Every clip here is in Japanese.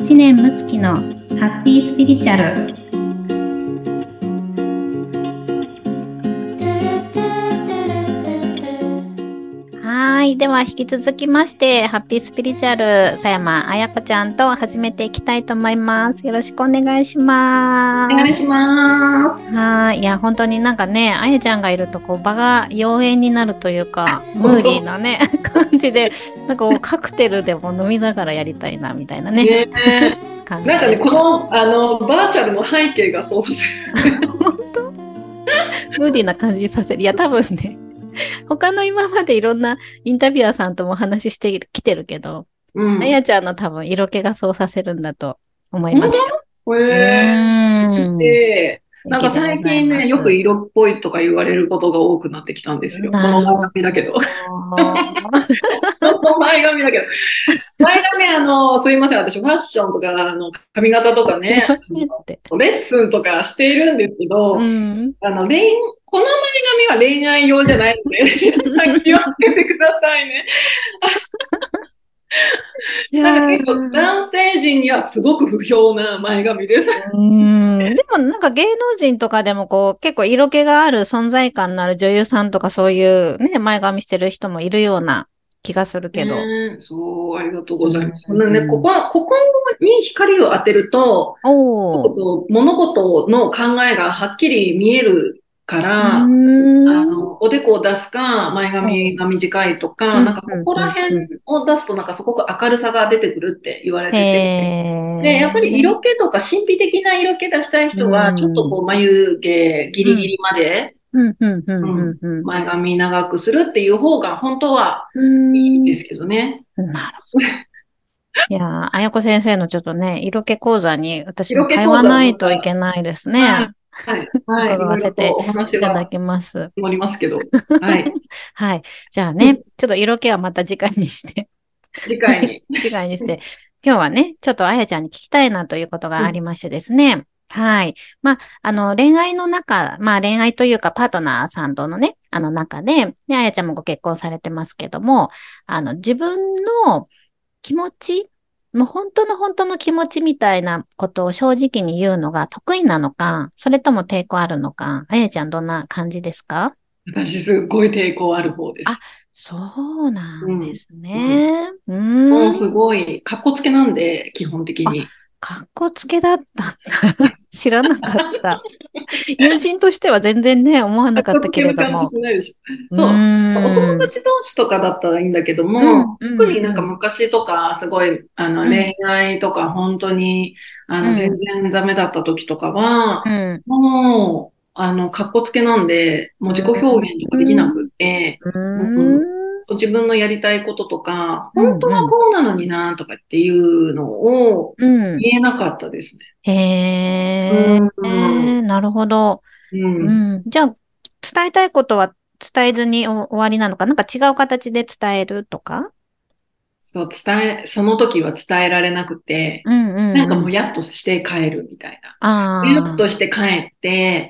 知念睦月のハッピースピリチュアル。はい。では引き続きまして、ハッピースピリチュアル、佐山彩子ちゃんと始めていきたいと思います。よろしくお願いします。 お願いします。 はい。いや、本当になんかね、あやちゃんがいると、場が妖艶になるというか、ムーディー本当なね、感じで、なんかカクテルでも飲みながらやりたいな、みたいなね、 ねえ。 感なんかね、 じですけど。 バーチャルの背景が想像する。 本当ムーディーな感じさせる。いや、多分ね、他の今までいろんなインタビュアーさんともお話ししてきてるけど、 うん。 あやちゃんの多分色気がそうさせるんだと思い本ますよ。 当う嬉しーん。 い。なんか素敵でござい最近ね、よくます。 色っぽいとか言われることが多くなってきたんですよ。この前なるほ髪だけど。 ど。 この前髪だけど。前髪、すいません。私、ファッションとか、髪型とかね、 すいませんって。 レッスンとかしているんですけうど、 ん。 あの、恋、この前髪は恋愛用じゃないので、皆さん気をつけてくださいね。 いやなんか結構ー、 男性陣にはすごく不評な前髪です。 でもなんか芸能人とかでも結構色気がある存在感のある女優さんとかそういうね、前髪してる人もいるような気がするけど。 ねえ、そう、ありがとううございます。ね、こん。 こ、ここに光を当てると、 おー。 物事の考えがはっきり見えるかうら、 ーん。 おでこを出すか、前髪が短いとか、なんうん、 かうん、 ここらうん、うん。 辺を出すとなんかすごく明るさが出てくるって言われへてて、で、やっぱりー。 色気とか神秘的な色気出したいう人は、ちょっとん、 こう眉毛ギうん、 リギリまで、 うん、うん、うん、 うん、 うん。 前髪長くするっていう方が本当はうん。 いいんですけどね。 なるほど。いやー、あやこ先生のちょっとね、色気講座に私も色気通わ講座ないといまた、 けないですね。 はい、はい、はい、い伺わせてろいろとお話はいただきます。 盛りますけど、はい。 はい。じゃあね、ちょっと色気はまた次回にして次回に。 次回にして、今日はね、ちょっとあやちゃんに聞きたいなということがありましてですね。はい。まあ、恋愛の中、まあ、恋愛というか、パートナーさんとのね、中で、ね、あやちゃんもご結婚されてますけども、自分の気持ち、もう本当の気持ちみたいなことを正直に言うのが得意なのか、それとも抵抗あるのか、あやちゃんどんな感じですか？ 私すっごい抵抗ある方であ、 す。 そうなうん、 んですうん。 ね。うもうーん。 すごい、かっこつけなんで、基本的あ、 に。 かっこつけだったんだ。知らなかった。友人としては全然ね、思わかっこなかったけつけの感じれども。 しないでしょ。 うそう。お友ーん。 達同士とかだったらいいんだけどうん、 も、 うん、 特になんかうん、 昔とか、すごい、 うん、 恋愛とか本当に、全うん、 然ダメだった時とかは、 うん、 もう、かっこつけなんで、もう自己う表現とかできなくって、うん、 ん、 自分のやりたいこととか、 うん、 本当はうん、 こうなのになとかっていうのをうん。 言えなかったですね。 へうえ、 ん、 なるほど。 うん。 うん。じゃあ、伝えたいことは伝えずに終わりなのか、なんか違う形で伝えるとか？ そう、その時は伝えられなくて、 うん、 なんうん、うん。 かもやっとして帰るみたいな。もやっああ、 として帰って、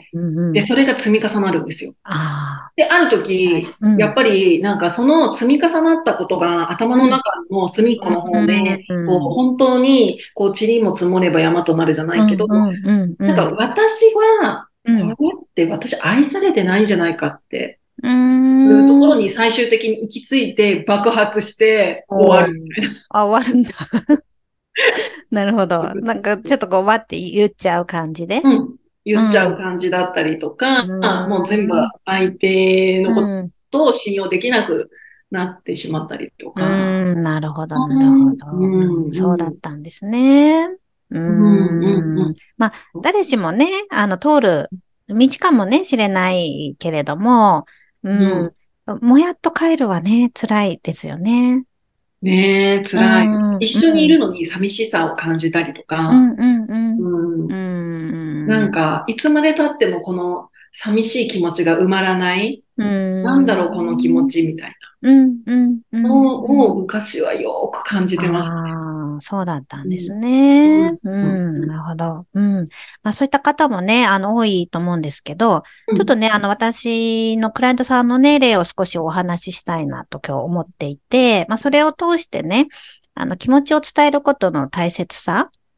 うん、うで、 ん。 それが積み重なるんですよ。 ああ、 で、あるはい。 時、 うん、 やっぱりなんかその積み重なったことが頭のうん、 中の隅っこの方で、 うん、 こううん、 本当にこう塵も積もれば山となるじゃないけど、 うん、うん、うん、うなんかん。 私は、これうんって私愛されてないんじゃないかってうーいうところん。 に最終的に行き着いて爆発して終わる。 おー。あ、終わるんだ。なるほど。なんか、ちょっとわって言っちゃう感じで。 うん、 うん。 言っちゃう感じだったりとか、 うもう全部ーん。 相手のこうん。 とを信用できなくなってしまったりとうか。 ーん。なるほど、なるほうん、 ど。 ううん。そうだっん、 たんですね。うーうん、うん、うん。まあ、誰しもね、通る道かもね、知れないけれども、うん、うん。 ん。 もやっと帰るはね、辛いですよね。 ねえ、 う辛い。 ん。 一うん。 緒にいるのに寂しさを感じたりとか、 うん、うん、うん。 うん、 うん。 なんか、いつまで経ってもこの寂しい気持ちが埋まらない、 うーなんだろう、この気持ん、 ちみたいうん、うん、うん、 なうん。 のを昔はよく感じてました。 ああ、そうだったんですうん、 ね。 うん、 ううん、 ん、なるほど。うん。まあそういった方もね、多いと思うんですけど、 うん、 ちょっとね、私のクライアントさんのね、例を少しお話ししたいなと今日思っていて、まあそれを通してね、気持ちを伝えることの大切さ。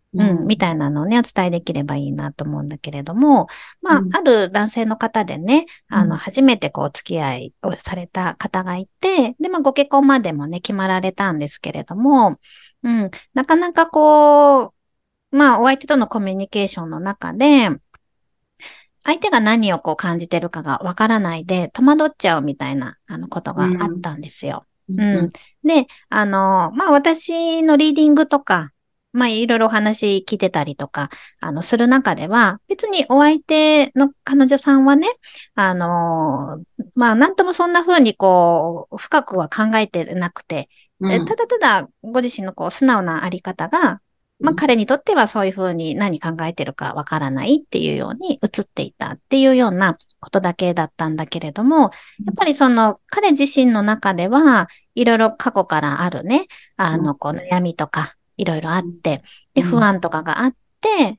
みたいなのをね、お伝えできればいいなと思うんだけれども、まあ、 うん、 ある男性の方でね、 うん、 初めてこう、お付き合いをされた方がいて、で、まあ、ご結婚までもね、決まられたんですけれども、なかなかこう、まあ、お相手とのコミュニケーションの中で、相手が何をこう感じてるかがわからないで、戸惑っちゃうみたいな、ことがあったんですよ。うん。で、まあ、私のリーディングとか、まあ、いろいろお話聞いてたりとか、する中では、別にお相手の彼女さんはね、まあ、なんともそんな風にこう、深くは考えてなくて、ただただご自身のこう、素直なあり方が、まあ彼にとってはそういうふうに何考えてるかわからないっていうように映っていたっていうようなことだけだったんだけれども、やっぱりその彼自身の中ではいろいろ過去からあるね、こう悩みとかいろいろあって、で、不安とかがあって、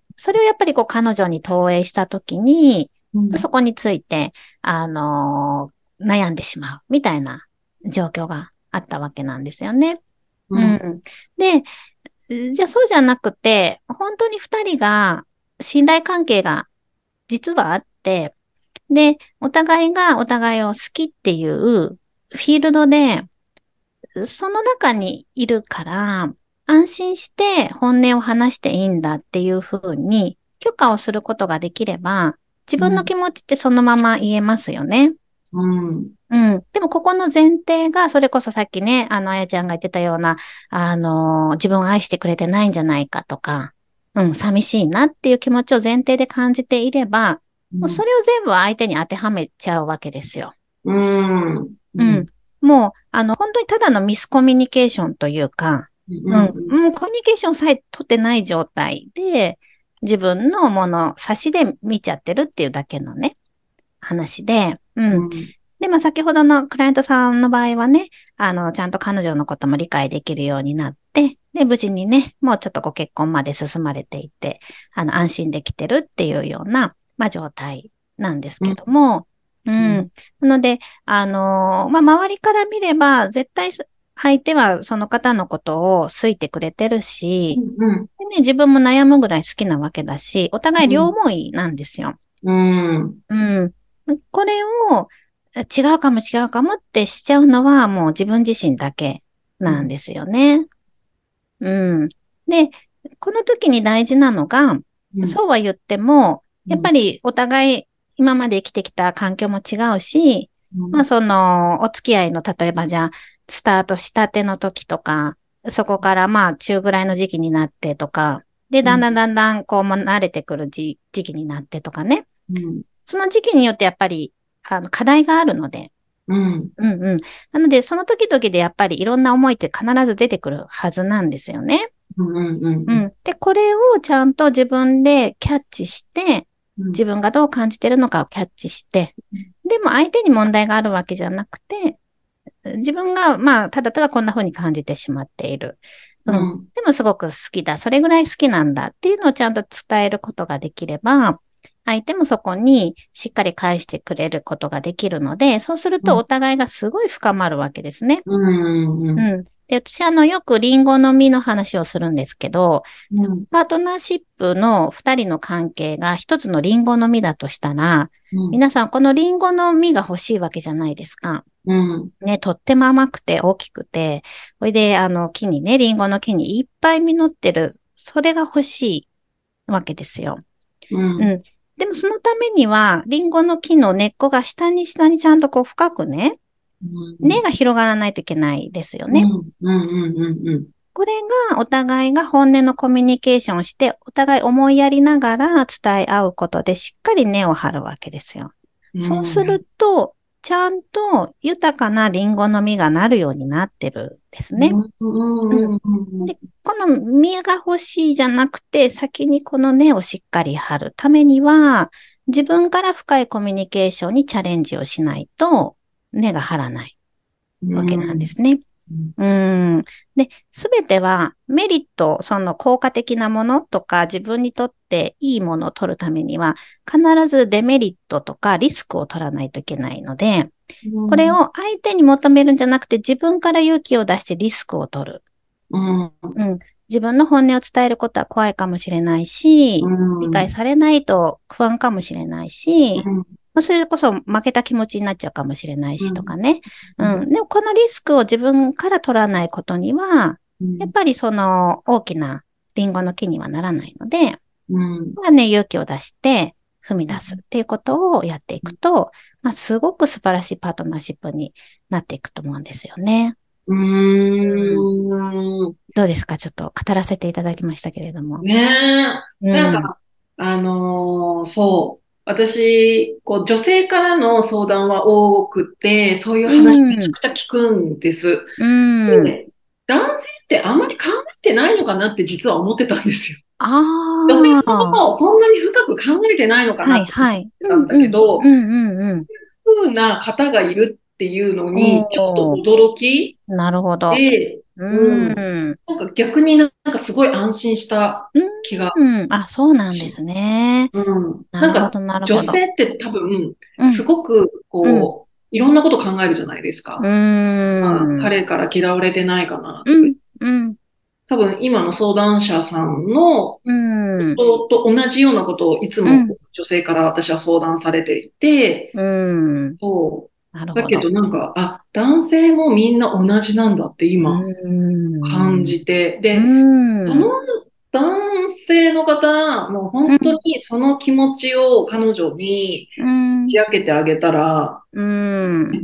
それをやっぱりこう彼女に投影したときに、そこについて、悩んでしまうみたいな状況があったわけなんですよね。うん。で、じゃあそうじゃなくて、本当に二人が信頼関係が実はあって、で、お互いがお互いを好きっていうフィールドで、その中にいるから、安心して本音を話していいんだっていうふうに許可をすることができれば、自分の気持ちってそのまま言えますよね。でも、ここの前提が、それこそさっきね、あやちゃんが言ってたような、自分を愛してくれてないんじゃないかとか、寂しいなっていう気持ちを前提で感じていれば、もうそれを全部相手に当てはめちゃうわけですよ。うん。もう、本当にただのミスコミュニケーションというか、もうコミュニケーションさえ取ってない状態で、自分のもの差しで見ちゃってるっていうだけのね、話で、で、まあ、先ほどのクライアントさんの場合はね、ちゃんと彼女のことも理解できるようになって、で、無事にね、もうちょっとご結婚まで進まれていて、安心できてるっていうような、まあ、状態なんですけども、なので、まあ、周りから見れば、絶対相手はその方のことを好いてくれてるし、でね、自分も悩むぐらい好きなわけだし、お互い両思いなんですよ。これを違うかもってしちゃうのはもう自分自身だけなんですよね。うん。で、この時に大事なのが、そうは言っても、やっぱりお互い今まで生きてきた環境も違うし、まあそのお付き合いの例えばじゃあスタートしたての時とか、そこからまあ中ぐらいの時期になってとか、で、だんだんこうも慣れてくる時期になってとかね。その時期によってやっぱり課題があるので、なので、その時々でやっぱりいろんな思いって必ず出てくるはずなんですよね。で、これをちゃんと自分でキャッチして、自分がどう感じてるのかをキャッチして、でも相手に問題があるわけじゃなくて、自分が、まあ、ただただこんな風に感じてしまっている。でもすごく好きだ。それぐらい好きなんだっていうのをちゃんと伝えることができれば、相手もそこにしっかり返してくれることができるので、そうするとお互いがすごい深まるわけですね。で、私よくリンゴの実の話をするんですけど、パートナーシップの二人の関係が一つのリンゴの実だとしたら、皆さんこのリンゴの実が欲しいわけじゃないですか。ね、とっても甘くて大きくて、それで、木にね、リンゴの木にいっぱい実ってる、それが欲しいわけですよ。でもそのためには、リンゴの木の根っこが下に下にちゃんとこう深くね、根が広がらないといけないですよね。これがお互いが本音のコミュニケーションをして、お互い思いやりながら伝え合うことでしっかり根を張るわけですよ。そうすると、ちゃんと豊かなリンゴの実がなるようになってるんですね。で、この実が欲しいじゃなくて、先にこの根をしっかり張るためには、自分から深いコミュニケーションにチャレンジをしないと、根が張らないわけなんですね。で、すべてはメリット、その効果的なものとか自分にとっていいものを取るためには必ずデメリットとかリスクを取らないといけないので、これを相手に求めるんじゃなくて自分から勇気を出してリスクを取る。 自分の本音を伝えることは怖いかもしれないし、理解されないと不安かもしれないし、まあ、それこそ負けた気持ちになっちゃうかもしれないしとかね。でもこのリスクを自分から取らないことには、やっぱりその大きなリンゴの木にはならないので、まあね、勇気を出して踏み出すっていうことをやっていくと、まあ、すごく素晴らしいパートナーシップになっていくと思うんですよね。どうですか？ちょっと語らせていただきましたけれども。 ねえ。なんか、そう。私、こう、女性からの相談は多くて、そういうう話めちゃん。 くちゃ聞くんです。 うん。 で、男性ってあんまり考えてないのかなって実は思ってたんですよ。女性ああ。 のことをそんなに深く考えてないのかなはい、 って思っはい。うん、 てたんだけうん。 ど、 うん、うん、うん。 風な方がいるっていうのに、ちょっとおー。 驚きなるほど。 で、 ううん。 ん。 なんか逆になんかすごい安心した気がうん。あ、そうなんですしね。 うん。なんか、 なるほど、なる女ほど。 性って多分、 うん、 すごく、 うん、 こう、いろんなこと考えるじゃないですうか。あ、 ん。 彼から嫌われてないかなとか。 うん、うん、 多分、今の相談者さんのうん、 人と同じようなことをいつもうん、 女性から私は相談されていて、 うん。 そう。だけなるほど。 どなんか、あ、男性もみんな同じなんだってう今感ん、 じて。 うで、そのん、 男性の方、もう本当うん、 にその気持ちを彼女にうん、 打ち明けてあげたら、 うん。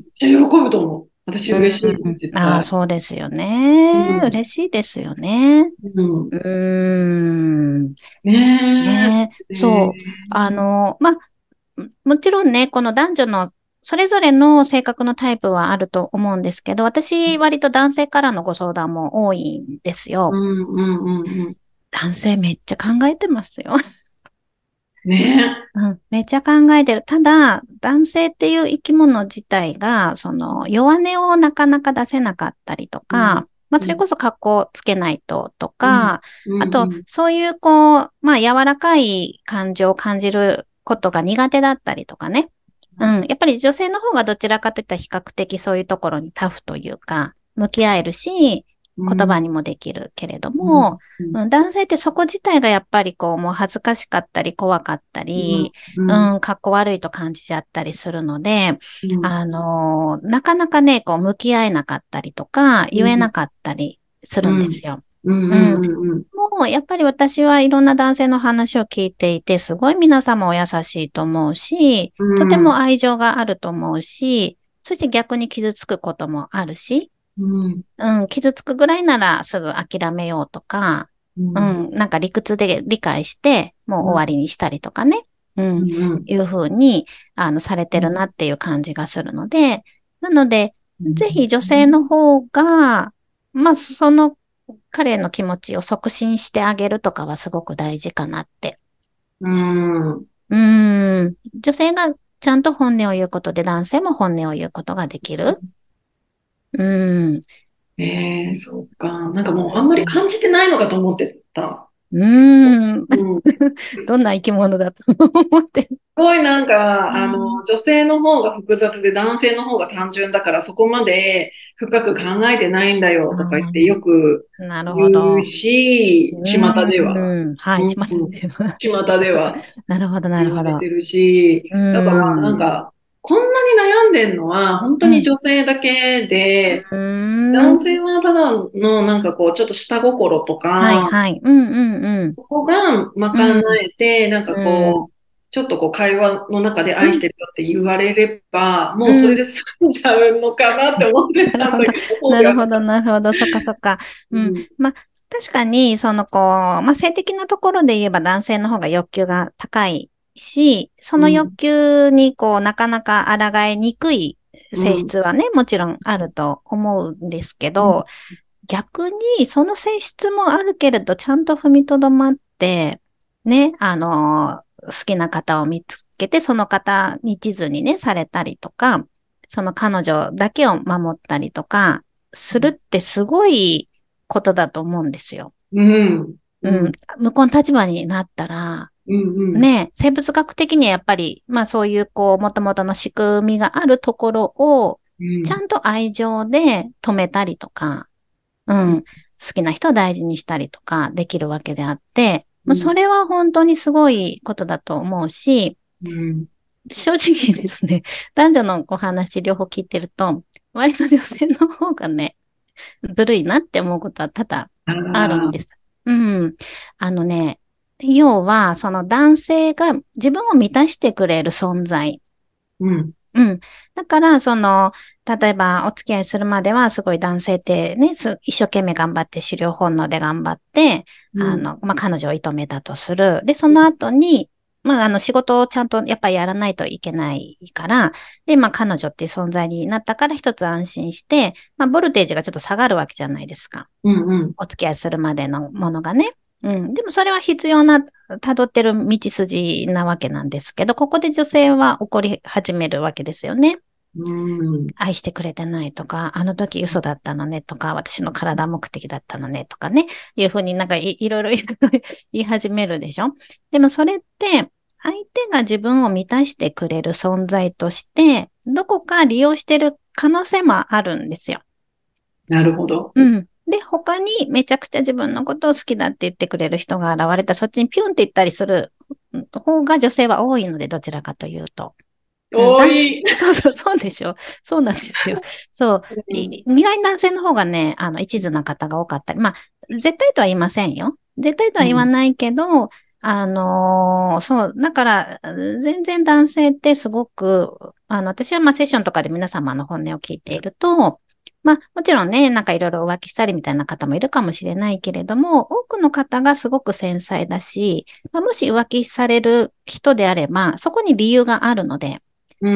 めっちゃ喜ぶと思う。私うん嬉しいもん、絶ああ、 対。 そうですよね。 うん。 嬉しいですよね。 うん。 うーん。 ねねえ、 え。 そう。まあ、もちろんね、この男女のそれぞれの性格のタイプはあると思うんですけど、私割と男性からのご相談も多いんですよ。 うんうんうんうん。 男性めっちゃ考えてますよ。 ねうん、めっちゃ考えてる。ただ、男性っていう生き物自体が、その弱音をなかなか出せなかったりとえ。うん。 か、まあ、 うん。 それこそ格好つけないととうん。 か、あと、 うん。 そういうまあ、柔らかい感情を感じることが苦手だったりとかね。うん。やっぱり女性の方がどちらかといったら比較的そういうところにタフというか、向き合えるし、 うん。 言葉にもできるけれどうん。 も、うん、男性ってそこ自体がやっぱりもう恥ずかしかったり怖かったり、 うん。 うん、かっこ悪いと感じちゃったりするので、 うん。 なかなかね、向き合えなかったりとか、言えなかったりするんでうん。 すよ。 うん。 うん。 うん。 もう、やっぱり私はいろんな男性の話を聞いていて、すごい皆様お優しいと思うし、 うとてもん。 愛情があると思うし、そして逆に傷つくこともあるし、 うん。 うん、傷つくぐらいならすぐ諦めようとか、 うん。 うん、なんか理屈で理解して、もう終わうん。 りにしたりとかね、うん、 うん。 いうふうに、されてるなっていう感じがするので、なので、ぜひ女性の方が、まあ、その彼の気持ちを促進してあげるとかはすごく大事かなって。 うん。 女性がちゃんと本音を言うことで男性も本音を言うことができる。うん。 ええ、そうか。なんかもうあんまり感じてないのかと思ってた。 うん。 うん。 どんな生き物だと思って。 ごいなんか、 うん。 女性の方が複雑で男性の方が単純だからそこまで深く考えてないんだよとか言ってよくなるほ言うど。 し、巷では。 はい、 うん。 ちまでは。 巷そっかそっか。 ではなるほど、なるほど。 言われてるし、 うだからなんん。 か、こんなに悩んでんのは本当にうん。 女性だけで、 うん。 男性はただのなんかこう、ちょっと下心とはい、 か、 はい。うん、うん、うん。 ここが賄うん。 えて、なんかうん。 こう、ちょっとこう会話の中でうん。 愛してるよって言われれば、もううそれん。 で済んじゃうのかなって思ってなるほど。 たんだけど、そうなるほど、 ではなかった。 なるほど。そっかそっか。うん。 うん、 まあ、確かに、まあ、性的なところで言えば男性の方が欲求が高いし、その欲うん、 求になかなか抗えにくい性うん、 質はね、もちろんあると思うんですけうん、 ど、逆にその性質もあるけれど、ちゃんと踏みとどまって、ね、好きな方を見つけて、その方に一途にね、されたりとか、その彼女だけを守ったりとか、するってすごいことだと思うんですよ。 うん、ううん。 ん、 向こうの立場になったら、 うん、 ね、生物学的にはやっぱり、まあそういう元々の仕組みがあるところを、 うん、 ちゃんと愛情で止めたりとか、うん。 好きな人を大事にしたりとかできるわけであって、もううん。 それは本当にすごいことだと思うし、 うん。 正直ですね、男女のお話両方聞いてると、割と女性の方がね、ずるいなって思うことは多々 ああるんあ、 です。うん。あのね、要は、その男性が自分を満たしてくれる存在。 うん。 うん。だから、例えばお付き合いするまでは、すごい男性ってね、一生懸命頑張って、狩猟本能で頑張って、 うん。 彼女を射止めたとする。で、その後に、仕事をちゃんとやっぱりやらないといけないから、で、彼女っていう存在になったから一つ安心して、ボルテージがちょっと下がるわけじゃないですか。 うん。うん。 お付き合いするまでのものがね。うん。でもそれは必要な、辿ってる道筋なわけなんですけど、ここで女性は怒り始めるわけですよね。 うん。 愛してくれてないとか、あの時嘘だったのねとか、私の体目的だったのねとかね、いうふうになんかいろいろ言い始めるでしょ。でもそれって、相手が自分を満たしてくれる存在として、どこか利用してる可能性もあるんですよ。 なるほど。 うん。で、他にめちゃくちゃ自分のことを好きだって言ってくれる人が現れた、そっちにピュンって言ったりする方が女性は多いので、どちらかというと。うん、 多い。 そうそう、そうでしょ。そうなんですよ。そう。 うん。 意外に男性の方がね、一途な方が多かったり。絶対とは言いませんよ。絶対とは言わうん。 ないけど、そう。だから、全然男性ってすごく、私はセッションとかで皆様の本音を聞いていると、もちろんね、なんかいろいろ浮気したりみたいな方もいるかもしれないけれども、多くの方がすごく繊細だし、もし浮気される人であれば、そこに理由があるので、 うん。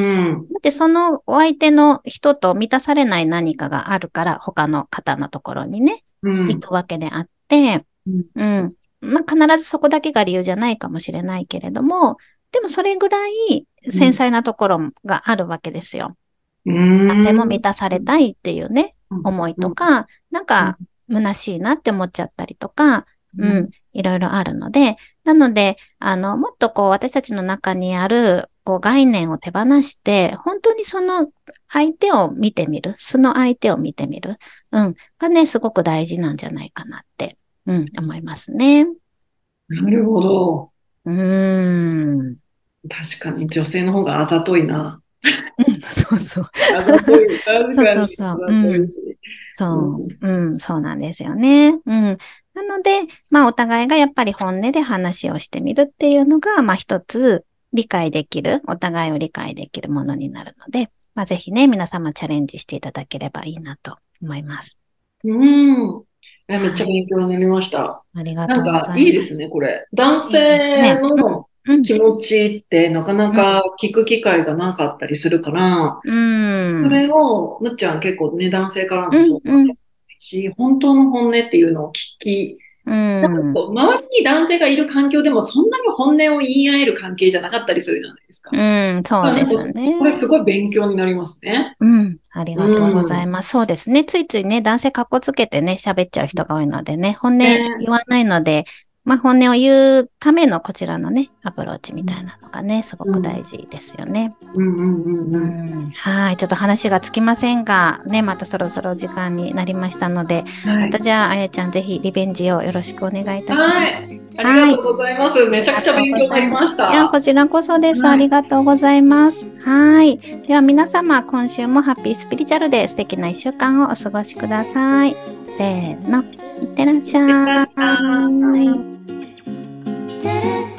だってそのお相手の人と満たされない何かがあるから、他の方のところにね、 うん。 行くわけであって、 うん。 うん。必ずそこだけが理由じゃないかもしれないけれども、でもそれぐらい繊細なところがあるわけですよ。 う男性もん。 満たされたいっていうね、 うん。 思いうん。 とか、なんうん。 か、虚しいなって思っちゃったりとか、 うん。 いろいろあるので、なので、もっと私たちの中にある、概念を手放して、本当にその相手を見てみる、その相手を見てみる、がね、すごく大事なんじゃないかなって、思いますね。 なるほど。 うーん。 確かに女性の方があざといな。 そうそう。 あざとい。確そうかにそうそう。 あざといし。 そうん。 う、そうなんですよね。なので、お互いがやっぱり本音で話をしてみるっていうのが、一つ理解できる、お互いを理解できるものになるので、ぜひね、皆様チャレンジしていただければいいなと思います。 うん。めっちゃはい。 勉強になりました。 ありがなんとうごかいいですざいます。 ね、これ。男いいですね。 性のうん、 気持ちってなかなうん、 か聞く機会がなかったりするから、 うん、 そうん、 れを、むっちゃん結構ね、男性からうん、 の相談うん、 し、本当の本音っていうのを聞き、 うん、 周りに男性がいる環境でもそんなに本音を言い合える関係じゃなかったりするじゃないですか。 そうでなんか、 すね。 これすごい勉強になりますね。 ありがとうごうん。 ざいます。そうですね。ついついね、男性かっこつけてね、喋っちゃう人が多いのでね、本音ね。 言わないので、本音を言うためのこちらのね、アプローチみたいなのがね、すごくうん。 大事ですよね。 うんうんうんうん。 はい。ちょっと話がつきませんが、ね、またそろそろ時間になりましたので、 はい。 またじゃあ、あやちゃんぜひリベンジをよろしくお願いいたします。 はい。ありがはい。 とうございます。 あめちゃくちゃりがとう勉強になりございます。 ました。 いや、こはちらこそです。ありい。 がとうございます。はい。では皆様、今週もハッピースピリチュアルで素敵な一週間をお過ごしください。せーの。いってらっしいってらっしゃゃい。 い。